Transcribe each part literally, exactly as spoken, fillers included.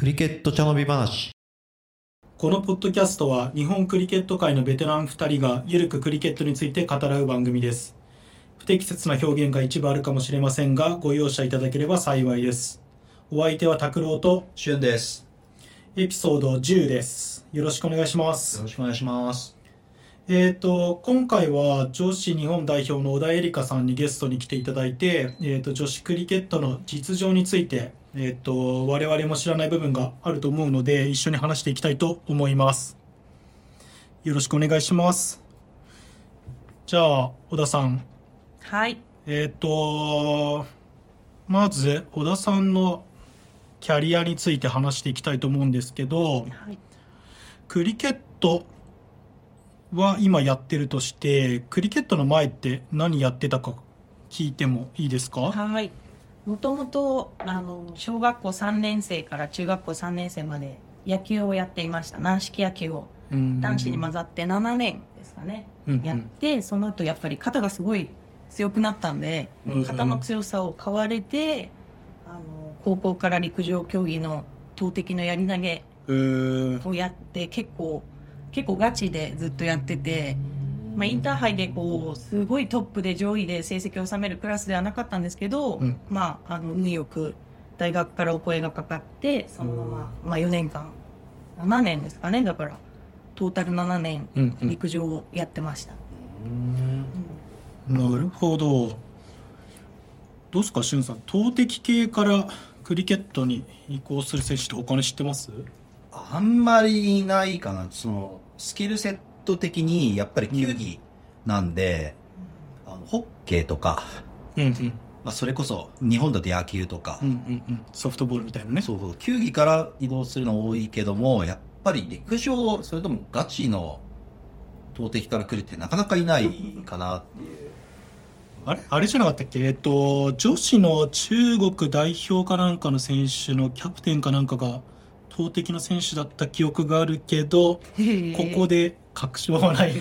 クリケット茶飲み話。 このポッドキャストは日本クリケット界のベテランふたりがゆるくクリケットについて語らう番組です。不適切な表現が一部あるかもしれませんが、ご容赦いただければ幸いです。お相手は拓郎としゅんです。 エピソードじゅうです。よろしくお願いします。 よろしくお願いします。 えーと今回は女子日本代表の小田恵梨香さんにゲストに来ていただいて、えーと女子クリケットの実情について、えーと我々も知らない部分があると思うので一緒に話していきたいと思います。よろしくお願いします。じゃあ小田さん、 はいえーとまず小田さんのキャリアについて話していきたいと思うんですけど、 はい、 クリケットは今やってるとして、クリケットの前って何やってたか聞いてもいいですか？ はい。もともとあの小学校さんねん生から中学校さんねん生まで野球をやっていました。軟式野球を男子に混ざってななねんですかね、 うんうん、 やって、その後やっぱり肩がすごい強くなったんで、 うんうん、 肩の強さを買われて、あの高校から陸上競技の投擲のやり投げをやって、結構結構ガチでずっとやってて、まあ、インターハイでこうすごいトップで上位で成績を収めるクラスではなかったんですけど、うん、まああの運よく大学からお声がかかって、そのまま、まあ、よねんかんななねんですかね、だからトータルななねん陸上をやってました。 うんうん、なるほど。どうですか、しゅんさん、投擲系からクリケットに移行する選手って他に知ってます？ あんまりいないかな。そのスキルセット的にやっぱり球技なんで、うん、あのホッケーとか、 うんうんまあ、それこそ日本だと野球とか、 うんうんうん、ソフトボールみたいなね。 そうそう球技から移動するの多いけども、やっぱり陸上それともガチの投擲から来るってなかなかいないかなっていう。 あれあれじゃなかったっけ、えっと女子の中国代表かなんかの選手のキャプテンかなんかが投擲の選手だった記憶があるけど、ここで確証はない、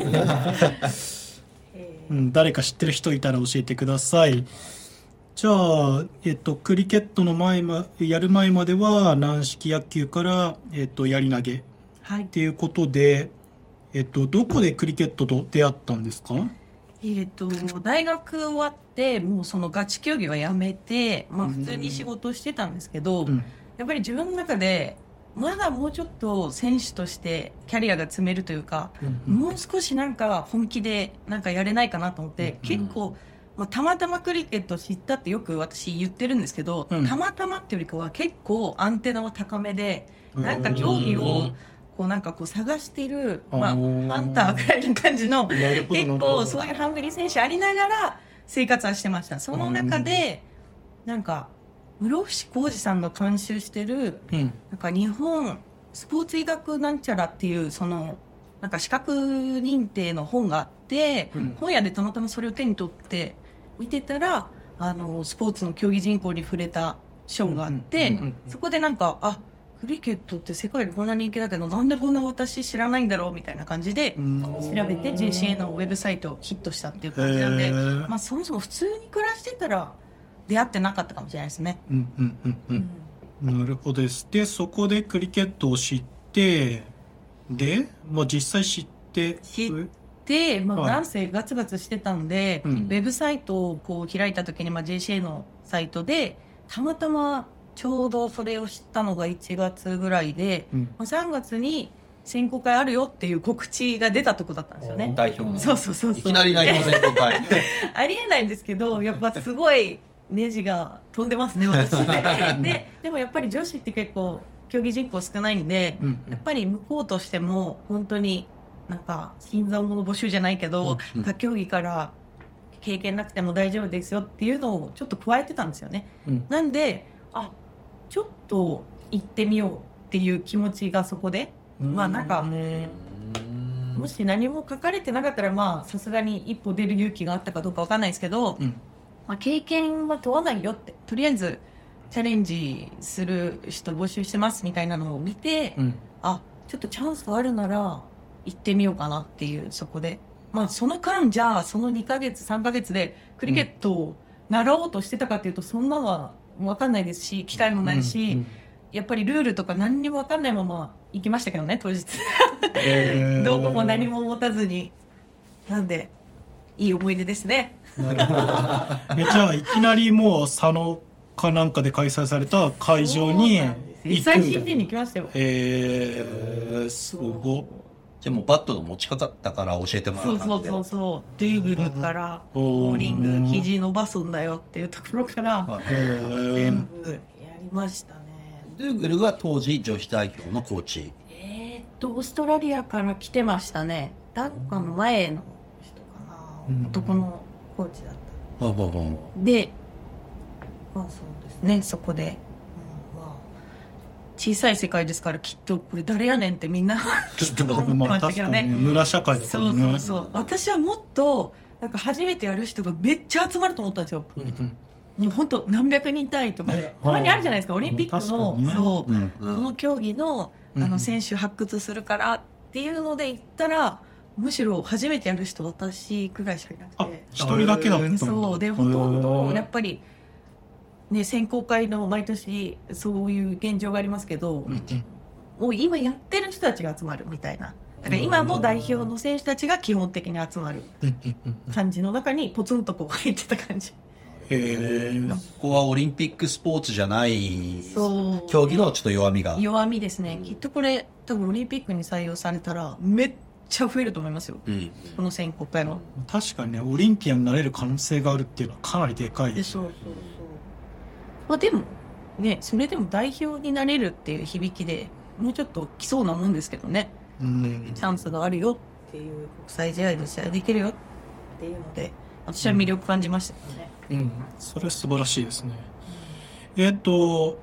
うん、誰か知ってる人いたら教えてください。じゃあ、えっと、クリケットの前、ま、やる前までは軟式野球から、えっと、やり投げっていうことで、はい、えっと、どこでクリケットと出会ったんですか？ えっと、大学終わってもうそのガチ競技はやめて、まあ、普通に仕事をしてたんですけど、うん、やっぱり自分の中でまだもうちょっと選手としてキャリアが積めるというか、うんうん、もう少しなんか本気でなんかやれないかなと思って、うんうん、結構、まあ、たまたまクリケットを知ったってよく私言ってるんですけど、うん、たまたまっていうよりかは結構アンテナは高めで、なんか競技をこうなんかこう探してる、まあ、ハンターぐらいの感じの結構そういうハングリー選手ありながら生活はしてました。その中でなんか室伏広治さんが監修してる、うん、なんか日本スポーツ医学なんちゃらっていうそのなんか資格認定の本があって、うん、本屋でたまたまそれを手に取って見てたら、あのスポーツの競技人口に触れた章があって、うんうんうんうん、そこでなんかあクリケットって世界でこんな人気だけどなんでこんな私知らないんだろうみたいな感じで調べて ジェーシーエー のウェブサイトをヒットしたっていう感じなんで、まあ、そもそも普通に暮らしてたら出会ってなかったかもしれないですね。 うんうんうんうんうん、なるほどです。でそこでクリケットを知ってで、まあ、実際知って知って、まあ、なんせガツガツしてたんで、はい、ウェブサイトをこう開いた時に、まあ、ジェーシーエー のサイトでたまたまちょうどそれを知ったのがいちがつぐらいで、うんまあ、さんがつに選考会あるよっていう告知が出たとこだったんですよね。 代表、 そうそうそうそう、 いきなり代表選考会ありえないんですけど、やっぱすごいネジが飛んでますね私で, でもやっぱり女子って結構競技人口少ないんで、うん、やっぱり向こうとしても本当になんか新参者募集じゃないけど、うん、他競技から経験なくても大丈夫ですよっていうのをちょっと加えてたんですよね、うん、なんであちょっと行ってみようっていう気持ちがそこで、まあなんかもし何も書かれてなかったらまあさすがに一歩出る勇気があったかどうかわかんないですけど、うんまあ、経験は問わないよって、とりあえずチャレンジする人募集してますみたいなのを見て、うん、あちょっとチャンスがあるなら行ってみようかなっていう、そこでまあその間じゃあそのにかげつさんかげつでクリケットを習おうとしてたかっていうとそんなのは分かんないですし機会もないし、うんうん、 やっぱりルールとか何にも分かんないまま行きましたけどね当日えーどこも何も持たずに。なんでいい思い出ですね。 なるほど。えじゃあいきなりもう佐野かなんかで開催された会場に実際 シーティー に行きましたよ。 えー、すごっ。 じゃあもうバットの持ち方だから教えてもらそうう感じで。 そうそうそうドゥーブルからボーリング肘伸ばすんだよっていうところからはいえー全部やりましたね。 ドゥーグルは当時女子代表のコーチ。 えーっとオーストラリアから来てましたね。ダンカの前の人かな、 うん男のコーチだったほうほうほで、まあそうですね、そこで、うんまあ、小さい世界ですからきっとこれ誰やねんってみんなきっと思ってまあましたけど確かにねね。 村社会だかそうらね。 そうそう私はもっとなんか初めてやる人がめっちゃ集まると思ったんですよ。 うんうんもう本当何百人単位とかでたまにあるじゃないですかオリンピックの、 確かにねそうう。うんこの競技のあうんの選手発掘するからっていうので言ったらむしろ初めてやる人私くらいしかいなあくて。 一人だけだったんだ。 そうでほとんどやっぱぱりね選考会の毎年そういう現状がありますけど、もう今やってる人たちが集まるみたいな。だから今の代表の選手たちが基本的に集まる感じの中にポツンとこう入ってた感じ。 へえ。 ここはオリンピックスポーツじゃないそう競技のちょっと弱みが。 弱みですね。きっとこれ多分オリンピックに採用されたらめっちゃ増えると思いますよ。 うんこの選考会の。 確かにねオリンピアンになれる可能性があるっていうのはかなりでかいでそうそうそう。まあでもねそれでも代表になれるっていう響きでもうちょっと来そうなもんですけどね。 うんチャンスがあるよっていう国際試合で試合できるよっていうので私は魅力感じましたよね。 うんそれは素晴らしいですね。えっと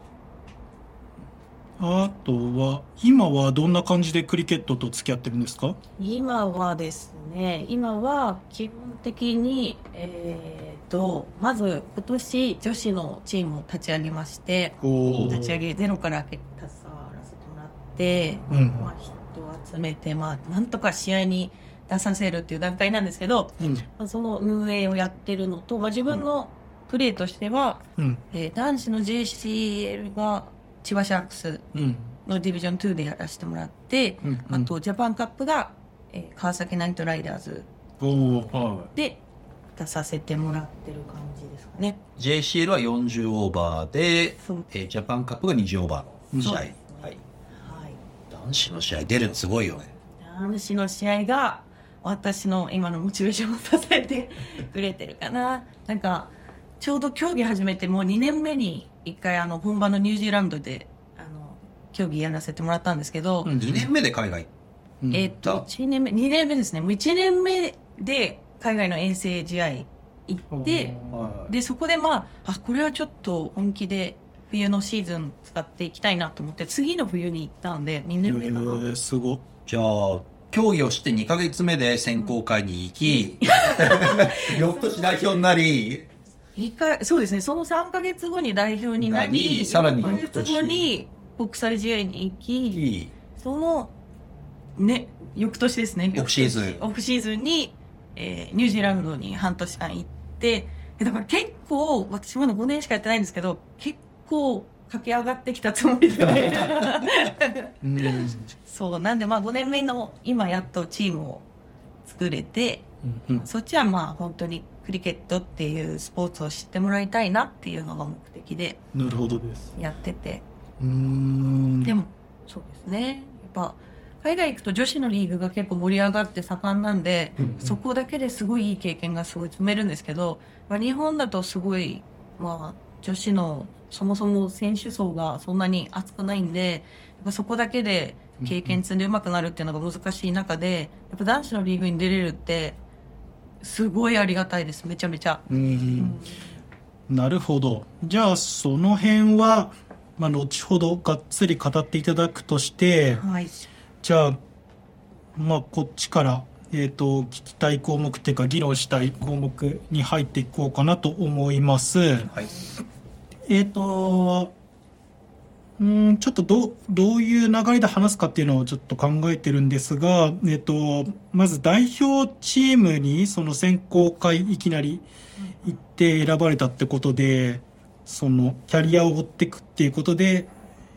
あとは今はどんな感じでクリケットと付き合ってるんですか？ 今はですね今は基本的にえー、とまず今年女子のチームを立ち上げましてお立ち上げゼロから携わらせてもらって、 うんまあ、人を集めて、まあ、なんとか試合に出させるっていう段階なんですけど、 うんまあ、その運営をやってるのと、まあ、自分のプレーとしては、 うんえー男子の ジェーシーエル が千葉シャークスうんのディビジョンツーでやらせてもらって、 うんあとジャパンカップが、えー川崎ナイトライダーズおおはで出させてもらってる感じですかね。 ジェーシーエル はよんじゅうオーバーで、 そうえージャパンカップがにじゅうオーバーの試合、 そうですねはい、 はい、 男子の試合出るのすごいよね。 男子の試合が私の今のモチベーションを支えてくれてるかな。なんかちょうど競技始めてもうにねんめにいっかいあの本場のニュージーランドであの競技やらせてもらったんですけど、 うんにねんめで海外。 うんえーっといちねんめにねんめですね。もういちねんめで海外の遠征試合行ってでそこでまああこれはちょっと本気で冬のシーズン使っていきたいなと思って次の冬に行ったんでにねんめかな。 えー、すごっ。 じゃあ競技をしてにかげつめで選考会に行き、翌年代表になり、 一回そうですねそのさんかげつごに代表になりさらにさんかげつごに国際試合に行きそのね翌年ですねオフシーズンオフシーズンに、えーニュージーランドに半年間行ってえだから結構私まだごねんしかやってないんですけど結構駆け上がってきたつもりでうんそうなんでまあごねんめの今やっとチームを作れてうんそっちはまあ本当にクリケットっていうスポーツを知ってもらいたいなっていうのが目的でなるほどです。 やっててうーんでもそうですねやっぱ海外行くと女子のリーグが結構盛り上がって盛んなんで、 うんそこだけですごいいい経験がすごい積めるんですけど、まあ、日本だとすごい、まあ、女子のそもそも選手層がそんなに厚くないんでやっぱそこだけで経験積んで上手くなるっていうのが難しい中でやっぱ男子のリーグに出れるってすごいありがたいですめちゃめちゃ。 うんなるほど。じゃあその辺は、まあ、後ほどがっつり語っていただくとしてはいじゃあまあこっちから、えー、と聞きたい項目っていうか議論したい項目に入っていこうかなと思います。 はい、 えっ、とうんちょっとどうどういう流れで話すかっていうのをちょっと考えてるんですが、えっ、とまず代表チームにその選考会いきなり行って選ばれたってことでそのキャリアを追っていくっていうことで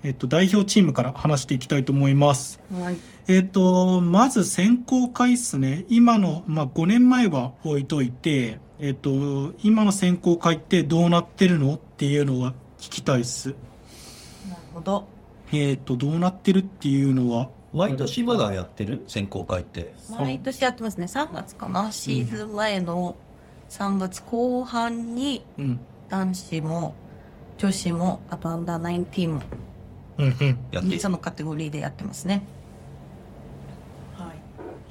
えっと、代表チームから話していきたいと思います。 はい。 えっと、まず選考会っすね。今の、まあ、ごねんまえは置いといて、えっと、今の選考会ってどうなってるのっていうのは聞きたいっす。 なるほど。 えっと、どうなってるっていうのは、 毎年まだやってる選考会って。 毎年やってますね。さんがつかな。シーズン前のさんがつこう半に、 うん。 男子も女子もあとアンダーじゅう9もうんうん。 やってみっつのカテゴリーでやってますね。はい。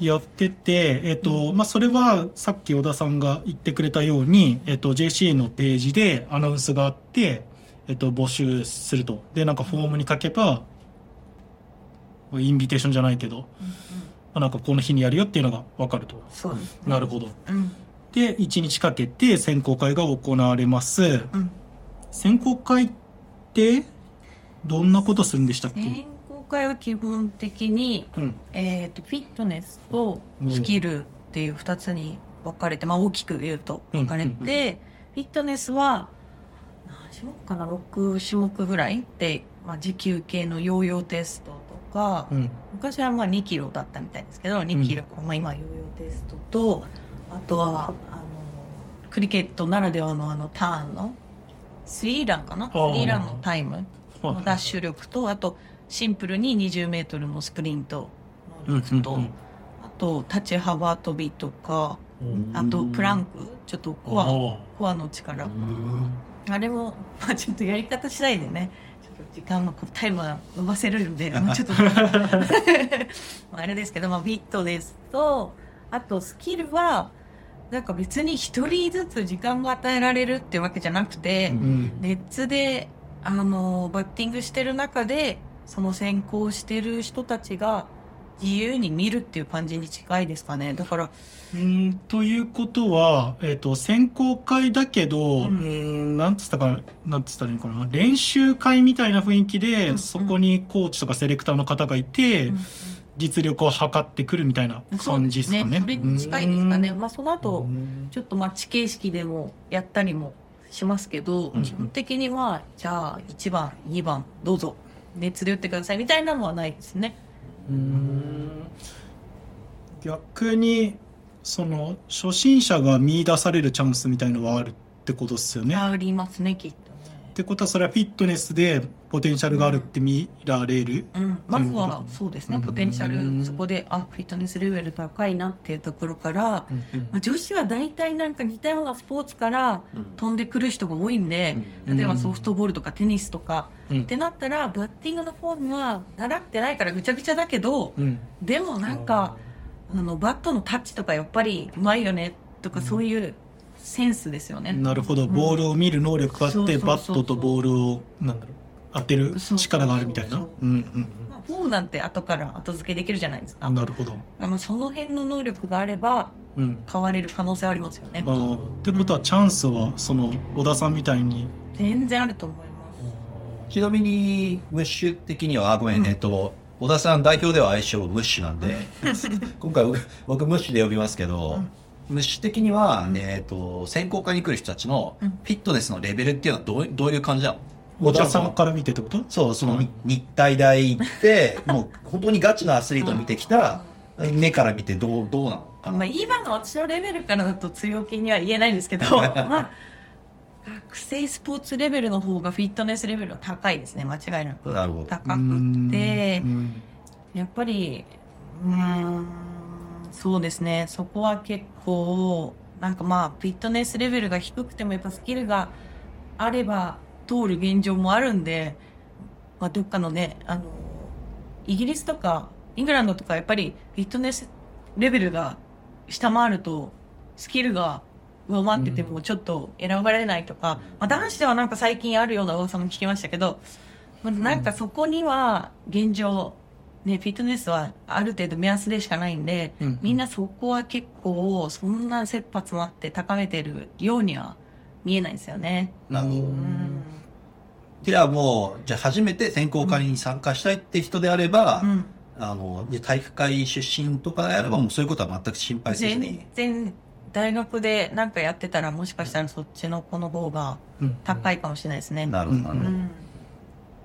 やってて、えっと、まあ、それはさっき小田さんが言ってくれたように、えっと、ジェーシー のページでアナウンスがあって、えっと、募集すると。で、なんかフォームに書けば、インビテーションじゃないけど、 うんうん、 まあ、なんかこの日にやるよっていうのが分かると。 そうです、ね。 なるほど。 うん。 で、いちにちかけて選考会が行われます。 うん。 選考会ってどんなことするんでしたっけ？ 選考会は基本的に、 うん。 えっと、フィットネスとスキルっていうふたつに分かれて、まあ大きく言うと分かれて、 うんうんうん、 フィットネスは、何種目かな、ろくしゅもくぐらいで、まあ持久系のヨーヨーテストとか、 うん、 昔はまあにキロだったみたいですけど、にキロ、うん、まあ今ヨーヨーテストと、あとは、あの、クリケットならではのあのターンの、スリーランかなスリーランのタイムのダッシュ力と、あとシンプルににじゅうメートルのスプリントの力と、うんうんうん、あと立ち幅跳びとか、あとプランク、ちょっとコア、コアの力。あれも、まあちょっとやり方次第でね、ちょっと時間のタイムは伸ばせるんで、もうちょっとあれですけど、まあフィットですと、あとスキルは、なんか別に一人ずつ時間が与えられるってわけじゃなくて、うん、ネッツで、あの、バッティングしてる中で、その先行してる人たちが自由に見るっていう感じに近いですかね。だから。 うん、ということは、えっと、選考会だけど、うん、うんなんつったかな、なんつったらいいのかな、練習会みたいな雰囲気で、うん、そこにコーチとかセレクターの方がいて、うん、実力を測ってくるみたいな感じですかね。 それに近いですかね。まあその後、ちょっとマッチ形式でもやったりもしますけど、うん、基本的には、じゃあいちばん、にばんどうぞ、熱で打ってくださいみたいなのはないですね。 うーん逆に、その、初心者が見出されるチャンスみたいのはあるってことですよね。 ありますね、きっと。 ってことはそれはフィットネスでポテンシャルがあるって見られる、 うんうん、まずはそうですね、ポテンシャル、そこであフィットネスレベル高いなっていうところから、うんうんまあ、女子は大体なんか似たようなスポーツから飛んでくる人が多いんで、うん、例えばソフトボールとかテニスとか、うん、ってなったらバッティングのフォームは習ってないからぐちゃぐちゃだけど、うん、でもなんかあのバットのタッチとかやっぱりうまいよねとかそういう、うんセンスですよね。 なるほど、ボールを見る能力があって、うん、バットとボールをなんだろう当てる力があるみたいな。 フォームなんて後から後付けできるじゃないですか。 なるほど。 あのその辺の能力があれば、うん、変われる可能性ありますよね。 あってことはチャンスはその小田さんみたいに全然あると思います。 ちなみにムッシュ的にはあごめん、うん、えっと小田さん代表では相性ムッシュなんで今回僕ムッシュで呼びますけど。うん虫的には、うんえー、と選考会に来る人たちのフィットネスのレベルっていうのはどうどういう感じなの？ 小田さんから見てってこと？ そう、その、うん、日体大行って、もう本当にガチなアスリートを見てきた目から見てどう、どうなのかな？ まあ、今の私のレベルからだと強気には言えないんですけど、まあ、学生スポーツレベルの方がフィットネスレベルは高いですね、間違いなく。 なるほど。 高くて、やっぱり、うーん、そうですね。そこは結構、なんかまあ、フィットネスレベルが低くてもやっぱスキルがあれば通る現状もあるんで、まあ、どっかのね、あの、イギリスとかイングランドとかやっぱりフィットネスレベルが下回ると、スキルが上回っててもちょっと選ばれないとか、まあ、男子ではなんか最近あるような噂も聞きましたけど、まあ、なんかそこには現状、ね、フィットネスはある程度目安でしかないんで、うん、みんなそこは結構そんな切羽詰まって高めてるようには見えないんですよね。 なるほど。じゃあもうじゃあ初めて選考会に参加したいって人であれば、うん、あの体育会出身とかであればもうそういうことは全く心配せずに。 全然大学で何かやってたらもしかしたらそっちの子の方が高いかもしれないですね。 うん、なるほど。うん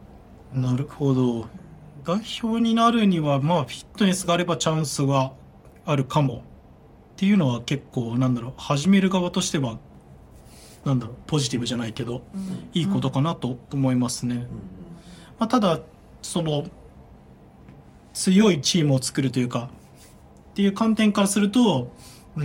なるほど。代表になるには、まあ、フィットネスがあればチャンスがあるかもっていうのは結構、なんだろう、始める側としては、なんだろう、ポジティブじゃないけど、 うんいいことかなと思いますね。まあ、ただ、その、強いチームを作るというか、っていう観点からすると、うん、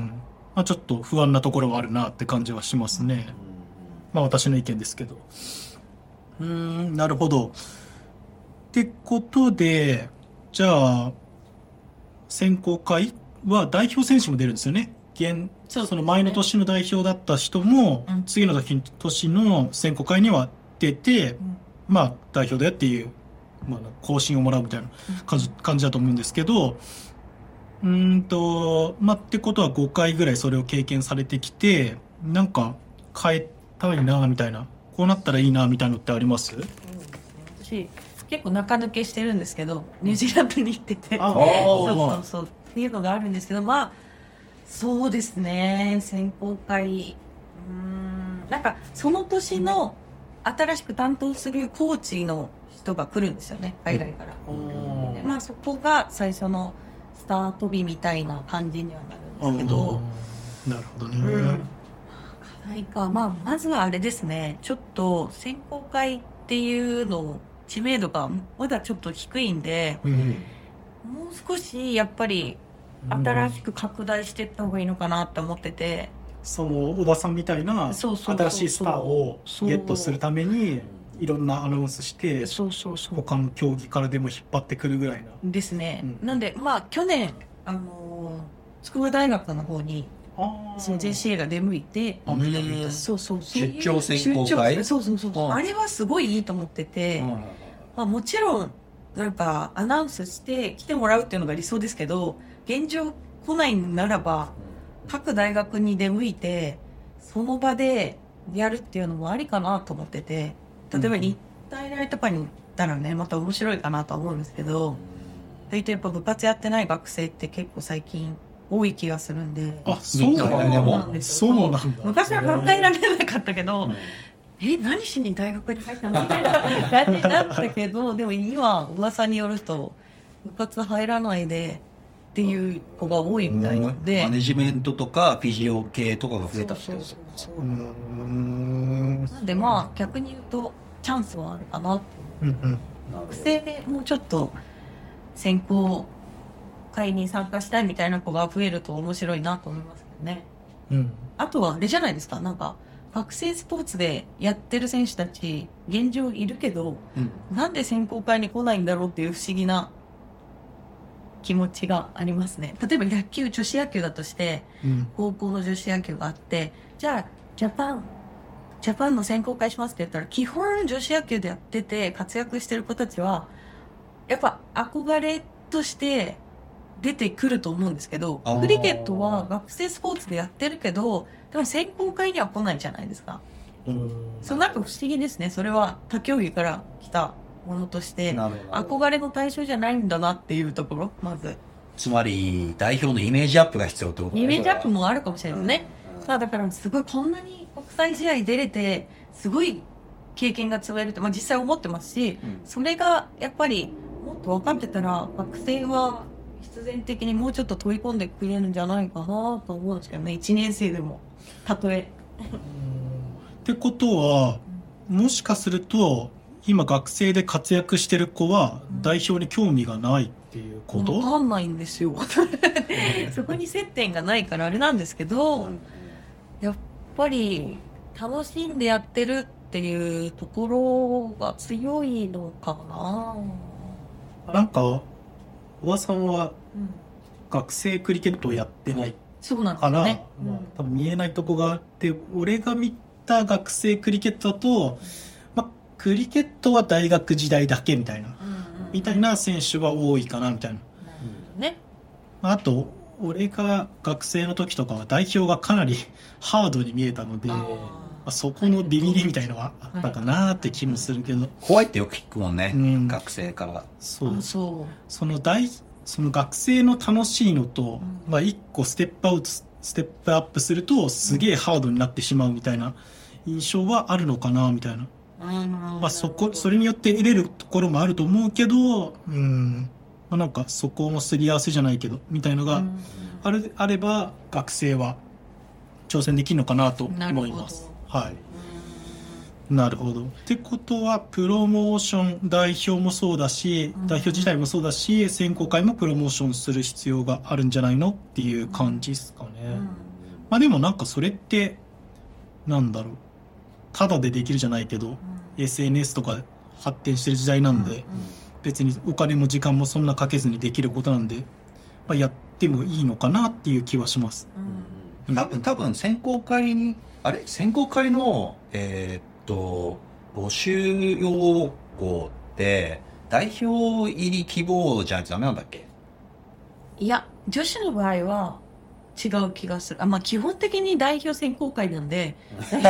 まあ、ちょっと不安なところはあるなって感じはしますね。まあ、私の意見ですけど。うーん、なるほど。ってことで、じゃあ、選考会は代表選手も出るんですよね。現そうですねその前の年の代表だった人も、 うん次の年の選考会には出て、 うんまあ、代表だよっていう、まあ、更新をもらうみたいな感じ感じだと思うんですけど、うーんと、まあ、ってことはごかいぐらいそれを経験されてきて、なんか変えたいな、みたいな、こうなったらいいな、みたいなのってあります？ 私結構中抜けしてるんですけど、ニュージーランドに行ってて、 あそうそうそうっていうのがあるんですけど、まあそうですね、選考会、うーん、なんかその年の新しく担当するコーチの人が来るんですよね、海外から。でまあそこが最初のスタート日みたいな感じにはなるんですけど、 なるほどね。 うん課題か、まあまずはあれですね、ちょっと選考会っていうの知名度がまだちょっと低いんで、 うんもう少しやっぱり新しく拡大していった方がいいのかなって思ってて、 その小田さんみたいなそうそうそうそう新しいスターをゲットするためにいろんなアナウンスしてそうそうそう他の競技からでも引っ張ってくるぐらいな。 ですね、 うんなんでまあ去年あのー筑波大学の方にあその ジェーシーエー が出向いて、 あ見た見たそうそうそう出張選考会出張そうそうそうそう、 うんあれはすごいいいと思ってて、まあ、もちろんなんかアナウンスして来てもらうっていうのが理想ですけど、現状来ないならば各大学に出向いてその場でやるっていうのもありかなと思ってて、例えば日体大とかに行ったらねまた面白いかなとは思うんですけど、大体やっぱ部活やってない学生って結構最近多い気がするんで、 あ、そうなんだ。 でもそうなんだ。 昔は考えられなかったけど、え、何しに大学に入ったのみたいな感じだったけど、でも今、噂によると、部活入らないでっていう子が多いみたいなので、 マネジメントとかフィジオ系とかが増えたってそうことそうそううーん。 なんでまあ、逆に言うと、チャンスはあるかなって。 うんうん。 学生でもうちょっと選考会に参加したいみたいな子が増えると面白いなと思いますけどね。 うん。 あとはあれじゃないですか、なんか、学生スポーツでやってる選手たち、現状いるけど、 うんなんで選考会に来ないんだろうっていう不思議な気持ちがありますね。例えば野球、女子野球だとして、 うん。 高校の女子野球があって、じゃあ、ジャパン、ジャパンの選考会しますって言ったら、基本女子野球でやってて活躍してる子たちは、やっぱ憧れとして出てくると思うんですけどあー、 クリケットは学生スポーツでやってるけど、でも選考会には来ないじゃないですか。 うん。 そうなんか不思議ですね。それは他競技から来たものとして、 なるほど憧れの対象じゃないんだなっていうところ、まず。 つまり代表のイメージアップが必要ってことねイメージアップもあるかもしれないですね。まあだからすごいこんなに国際試合出れて、すごい経験が積めるって、まあ実際思ってますし、 うんそれがやっぱりもっと分かってたら、学生は必然的にもうちょっと取り込んでくれるんじゃないかなと思うんですけどね、いちねん生でも。たとえ。 ってことは、もしかすると、今学生で活躍してる子は代表に興味がないっていうこと？ わかんないんですよ。そこに接点がないからあれなんですけど、やっぱり楽しんでやってるっていうところが強いのかな。 なんか、小川さんはうん、 学生クリケットをやってないそうなんですから、 よね。 まあ多分見えないとこがあって、俺が見た学生クリケットだと、まあ、クリケットは大学時代だけみたいな、みたいな選手は多いかなみたいな。 ね。 まああと、俺が学生の時とかは代表がかなりハードに見えたので、 あーまあ、そこのビビりみたいのはあったかなって気もするけど、 怖いってよく聞くもんね、 うん学生から。 そうあ、そう。 その大その学生の楽しいのと、 うんまあ、一個ステップアウトステップアップするとすげえハードになってしまうみたいな印象はあるのかなみたいな。 まあ、そこそれによって得れるところもあると思うけど、うんまあ、なんかそこもすり合わせじゃないけどみたいのがある、あれば学生は挑戦できるのかなと思います。はい、なるほど。ってことはプロモーション代表もそうだし、代表自体もそうだし、選考会もプロモーションする必要があるんじゃないのっていう感じですかね。まあでもなんかそれってなんだろう、ただでできるじゃないけど、エスエヌエス とか発展してる時代なんで、別にお金も時間もそんなかけずにできることなんで、まあ、やってもいいのかなっていう気はします。 多分多分選考会にあれ選考会のえー、っと募集要項って代表入り希望じゃないとダメなんだっけ？ いや、女子の場合は違う気がする。あ、まあ基本的に代表選考会なんで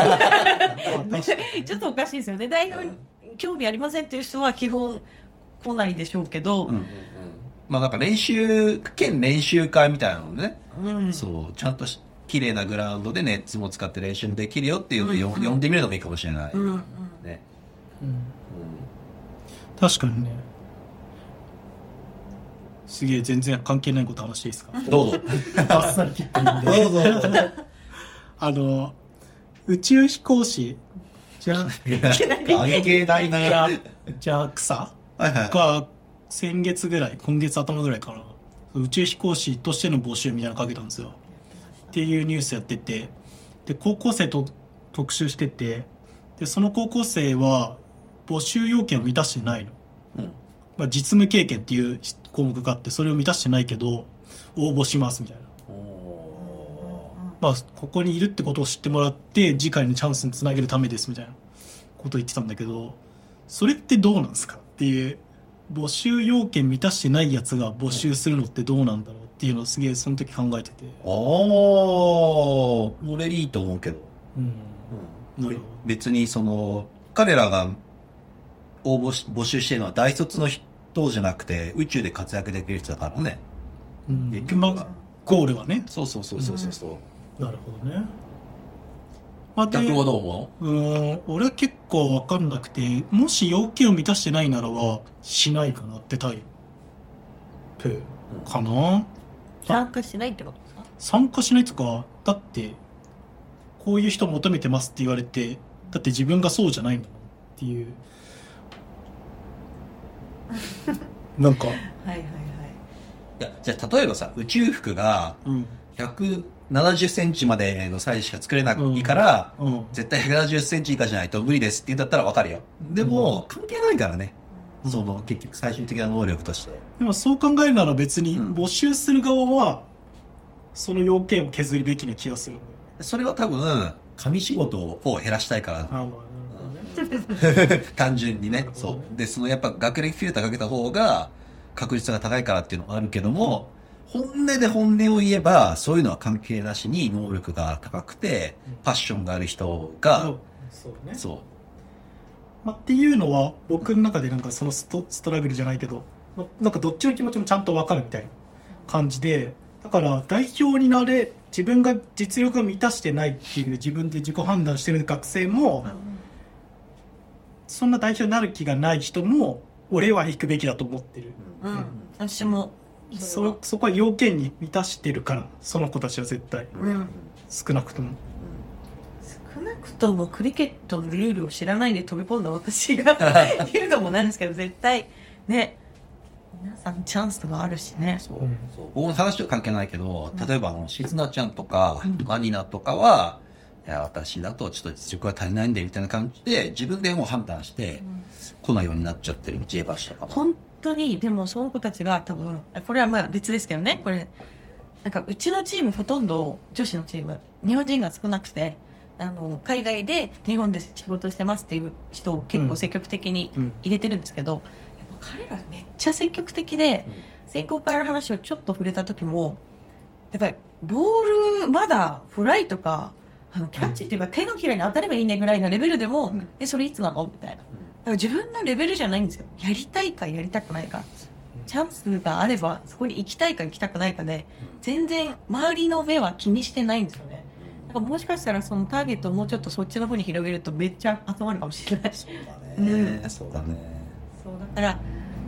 ちょっとおかしいですよね。代表に興味ありませんっていう人は基本来ないでしょうけど、うんうんうん、 まあなんか練習兼練習会みたいなのね、 うん、 そうちゃんと綺麗なグラウンドでネッツも使って練習できるよっていうのを、うんうん、呼んでみるのもいいかもしれない、うんうんねうんうん、確かにね。すげえ全然関係ないこと話していいですか？ どうぞあっさり切っていいんでどうぞあの宇宙飛行士じゃ関係ないなじゃあ草はいはいが先月ぐらい今月頭ぐらいかな、宇宙飛行士としての募集みたいなのかけたんですよっていうニュースやってて、で高校生と特集してて、でその高校生は募集要件を満たしてないの、うんまあ、実務経験っていう項目があってそれを満たしてないけど応募しますみたいな、まあここにいるってことを知ってもらって次回のチャンスにつなげるためですみたいなことを言ってたんだけど、それってどうなんですかっていう、募集要件満たしてないやつが募集するのってどうなんだろうっていうのをすげえその時考えてて、 ああ俺いいと思うけど、うんうん、別にその彼らが応募し募集してるのは大卒の人じゃなくて宇宙で活躍できる人だからね、 うん、結局はゴールはね、 そうそうそうそうそう、 うん、なるほどね。まあ、 逆はどう思う？うん、俺は結構分かんなくて、もし要件を満たしてないならばしないかなってタイプかな。 参加しないってことですか？ 参加しないとか、だってこういう人求めてますって言われて、だって自分がそうじゃないんだもんっていうなんかはいはいはい。 いやじゃあ例えばさ宇宙服がひゃくななじゅっセンチまでのサイズしか作れないから、うんうん、絶対ひゃくななじゅっセンチ以下じゃないと無理ですって言うんだったら分かるよ。でも、うん、関係ないからね、うん、その結局最終的な能力として。 でもそう考えるなら別に募集する側はその要件を削るべきな気がする。 それは多分紙仕事を減らしたいから。ああ単純にね、ねそうでそのやっぱ学歴フィルターかけた方が確率が高いからっていうのもあるけども、本音で本音を言えばそういうのは関係なしに能力が高くてパッションがある人が、うん、そうね、そう、 まあ、っていうのは僕の中でなんかそのス ト, ストラグルじゃないけど、なんかどっちの気持ちもちゃんと分かるみたいな感じで、だから代表になれ自分が実力を満たしてないっていう自分で自己判断してる学生も、うん、そんな代表になる気がない人も俺は行くべきだと思ってる、 うんうん、私もそ, そこは要件に満たしてるからその子たちは絶対、うん、少なくとも少なくともクリケットのルールを知らないで飛び込んだ私が言うのもなんですけど絶対ね皆さんチャンスとかあるしね。 そうそう僕の話と関係ないけど、例えばあのしずなちゃんとか、うん、マニナとかはいや私だとちょっと実力が足りないんでみたいな感じで自分でもう判断して、うん、来ないようになっちゃってる J バッシュとかも本当に。でもその子たちが多分これはまあ別ですけどね、これなんかうちのチームほとんど女子のチーム日本人が少なくて、あの海外で日本で仕事してますっていう人を結構積極的に入れてるんですけど、うんうん、彼らめっちゃ積極的で、うん、選考会の話をちょっと触れた時もやっぱりボールまだフライとかあのキャッチっていうか手のひらに当たればいいねぐらいのレベルでも、うん、えそれいつなのみたいな。だから自分のレベルじゃないんですよ。やりたいかやりたくないか、チャンスがあればそこに行きたいか行きたくないかで全然周りの目は気にしてないんですよね。だかもしかしたらそのターゲットをもうちょっとそっちの方に広げるとめっちゃ集まるかもしれない。 そうだね、 うんそうだね。 そうだから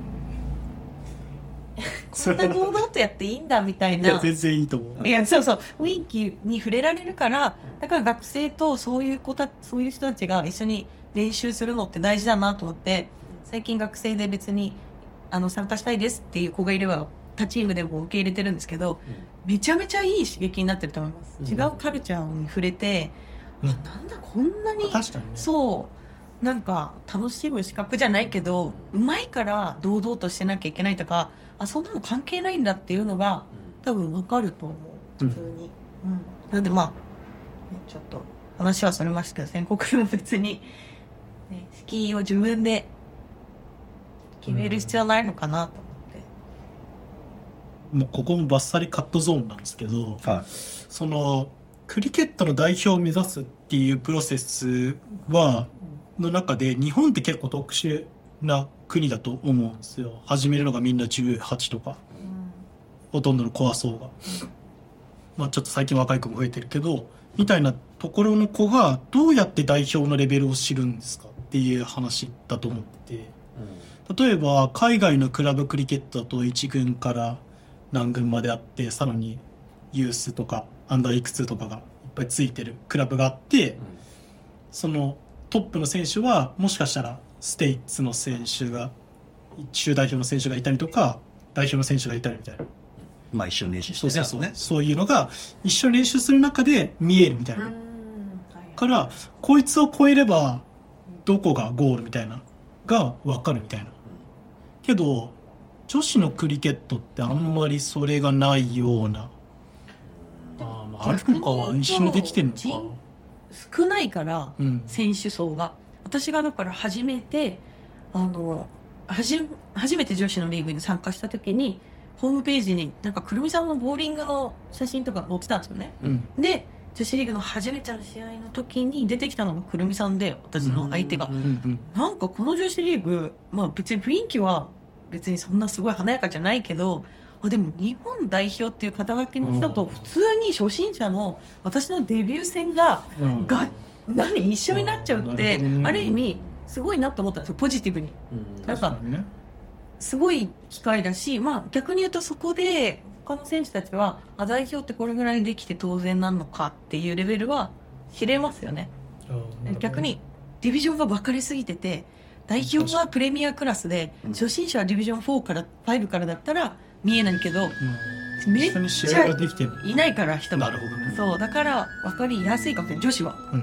こんな堂々とやっていいんだみたいな。 いや全然いいと思う。 いやそうそう雰囲気に触れられるから、だから学生とそういう子たそういう人たちが一緒に練習するのって大事だなと思って、最近学生で別にあの参加したいですっていう子がいれば他チームでも受け入れてるんですけど、めちゃめちゃいい刺激になってると思います、うん、違うカルチャーに触れて、うん、なんだこんなに確かに、ね、 そうなんか楽しむ資格じゃないけどうまいから堂々としてなきゃいけないとか、あそんなの関係ないんだっていうのが多分分かると思う普通に、うんうん、なのでまあちょっと話はそれましたけど、全国も別に、ね、敷居を自分で決める必要はないのかなと思って、 もうここもバッサリカットゾーンなんですけど、 はい、 そのクリケットの代表を目指すっていうプロセスはの中で日本って結構特殊な国だと思うんですよ。始めるのがみんなじゅうはちとか、うん、ほとんどの子はそうが、うん、まあちょっと最近若い子も増えてるけどみたいなところの子がどうやって代表のレベルを知るんですかっていう話だと思ってて、うん、例えば海外のクラブクリケットだといち軍から何軍まであって、さらにユースとかアンダーいくつとかがいっぱいついてるクラブがあって、うん、そのトップの選手はもしかしたらステイツの選手が州代表の選手がいたりとか代表の選手がいたりみたいな、 まあ一緒に練習してる、 そうそうそう、そういうのが一緒に練習する中で見えるみたいな、うん、からこいつを超えればどこがゴールみたいなが分かるみたいな。けど女子のクリケットってあんまりそれがないような、ああ、あるのかは一緒にできてるのか少ないから、 うん、 選手層が私がだから初めてあのはじ初めて女子のリーグに参加した時にホームページになんかくるみさんのボーリングの写真とか載ってたんですよね、うん、で女子リーグの初めての試合の時に出てきたのがくるみさんで、私の相手が、うんうんうん、なんかこの女子リーグ、まあ別に雰囲気は別にそんなすごい華やかじゃないけど、あでも日本代表っていう肩書きの人と普通に初心者の私のデビュー戦が、うん、が何一緒になっちゃうって、うん、ある意味すごいなと思ったんですよ、ポジティブに、うん、なんかすごい機会だし、まあ逆に言うとそこで他の選手たちはあ代表ってこれぐらいできて当然なのかっていうレベルは知れますよね。逆にディビジョンが分かりすぎてて、代表はプレミアクラスで初心者はディビジョンフォーからファイブからだったら見えないけど、うん、めっちゃいないから人が。 なるほどね。 そうだから分かりやすいかもしれない女子は、うんうん、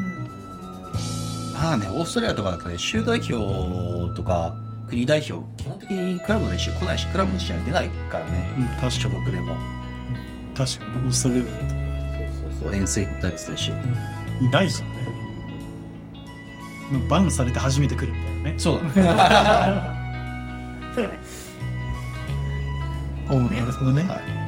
まあね、オーストラリアとかだとね、州代表とか国代表基本的にクラブの練習来ないし、クラブの試合出ないからね、 うん、確か所属でも確かにオーストラリアだとそうそうそう遠征行ったりするし、 うん、いないじゃんね。バンされて初めて来るみたいなね。 そうだねそうだねおなるほどね、 はい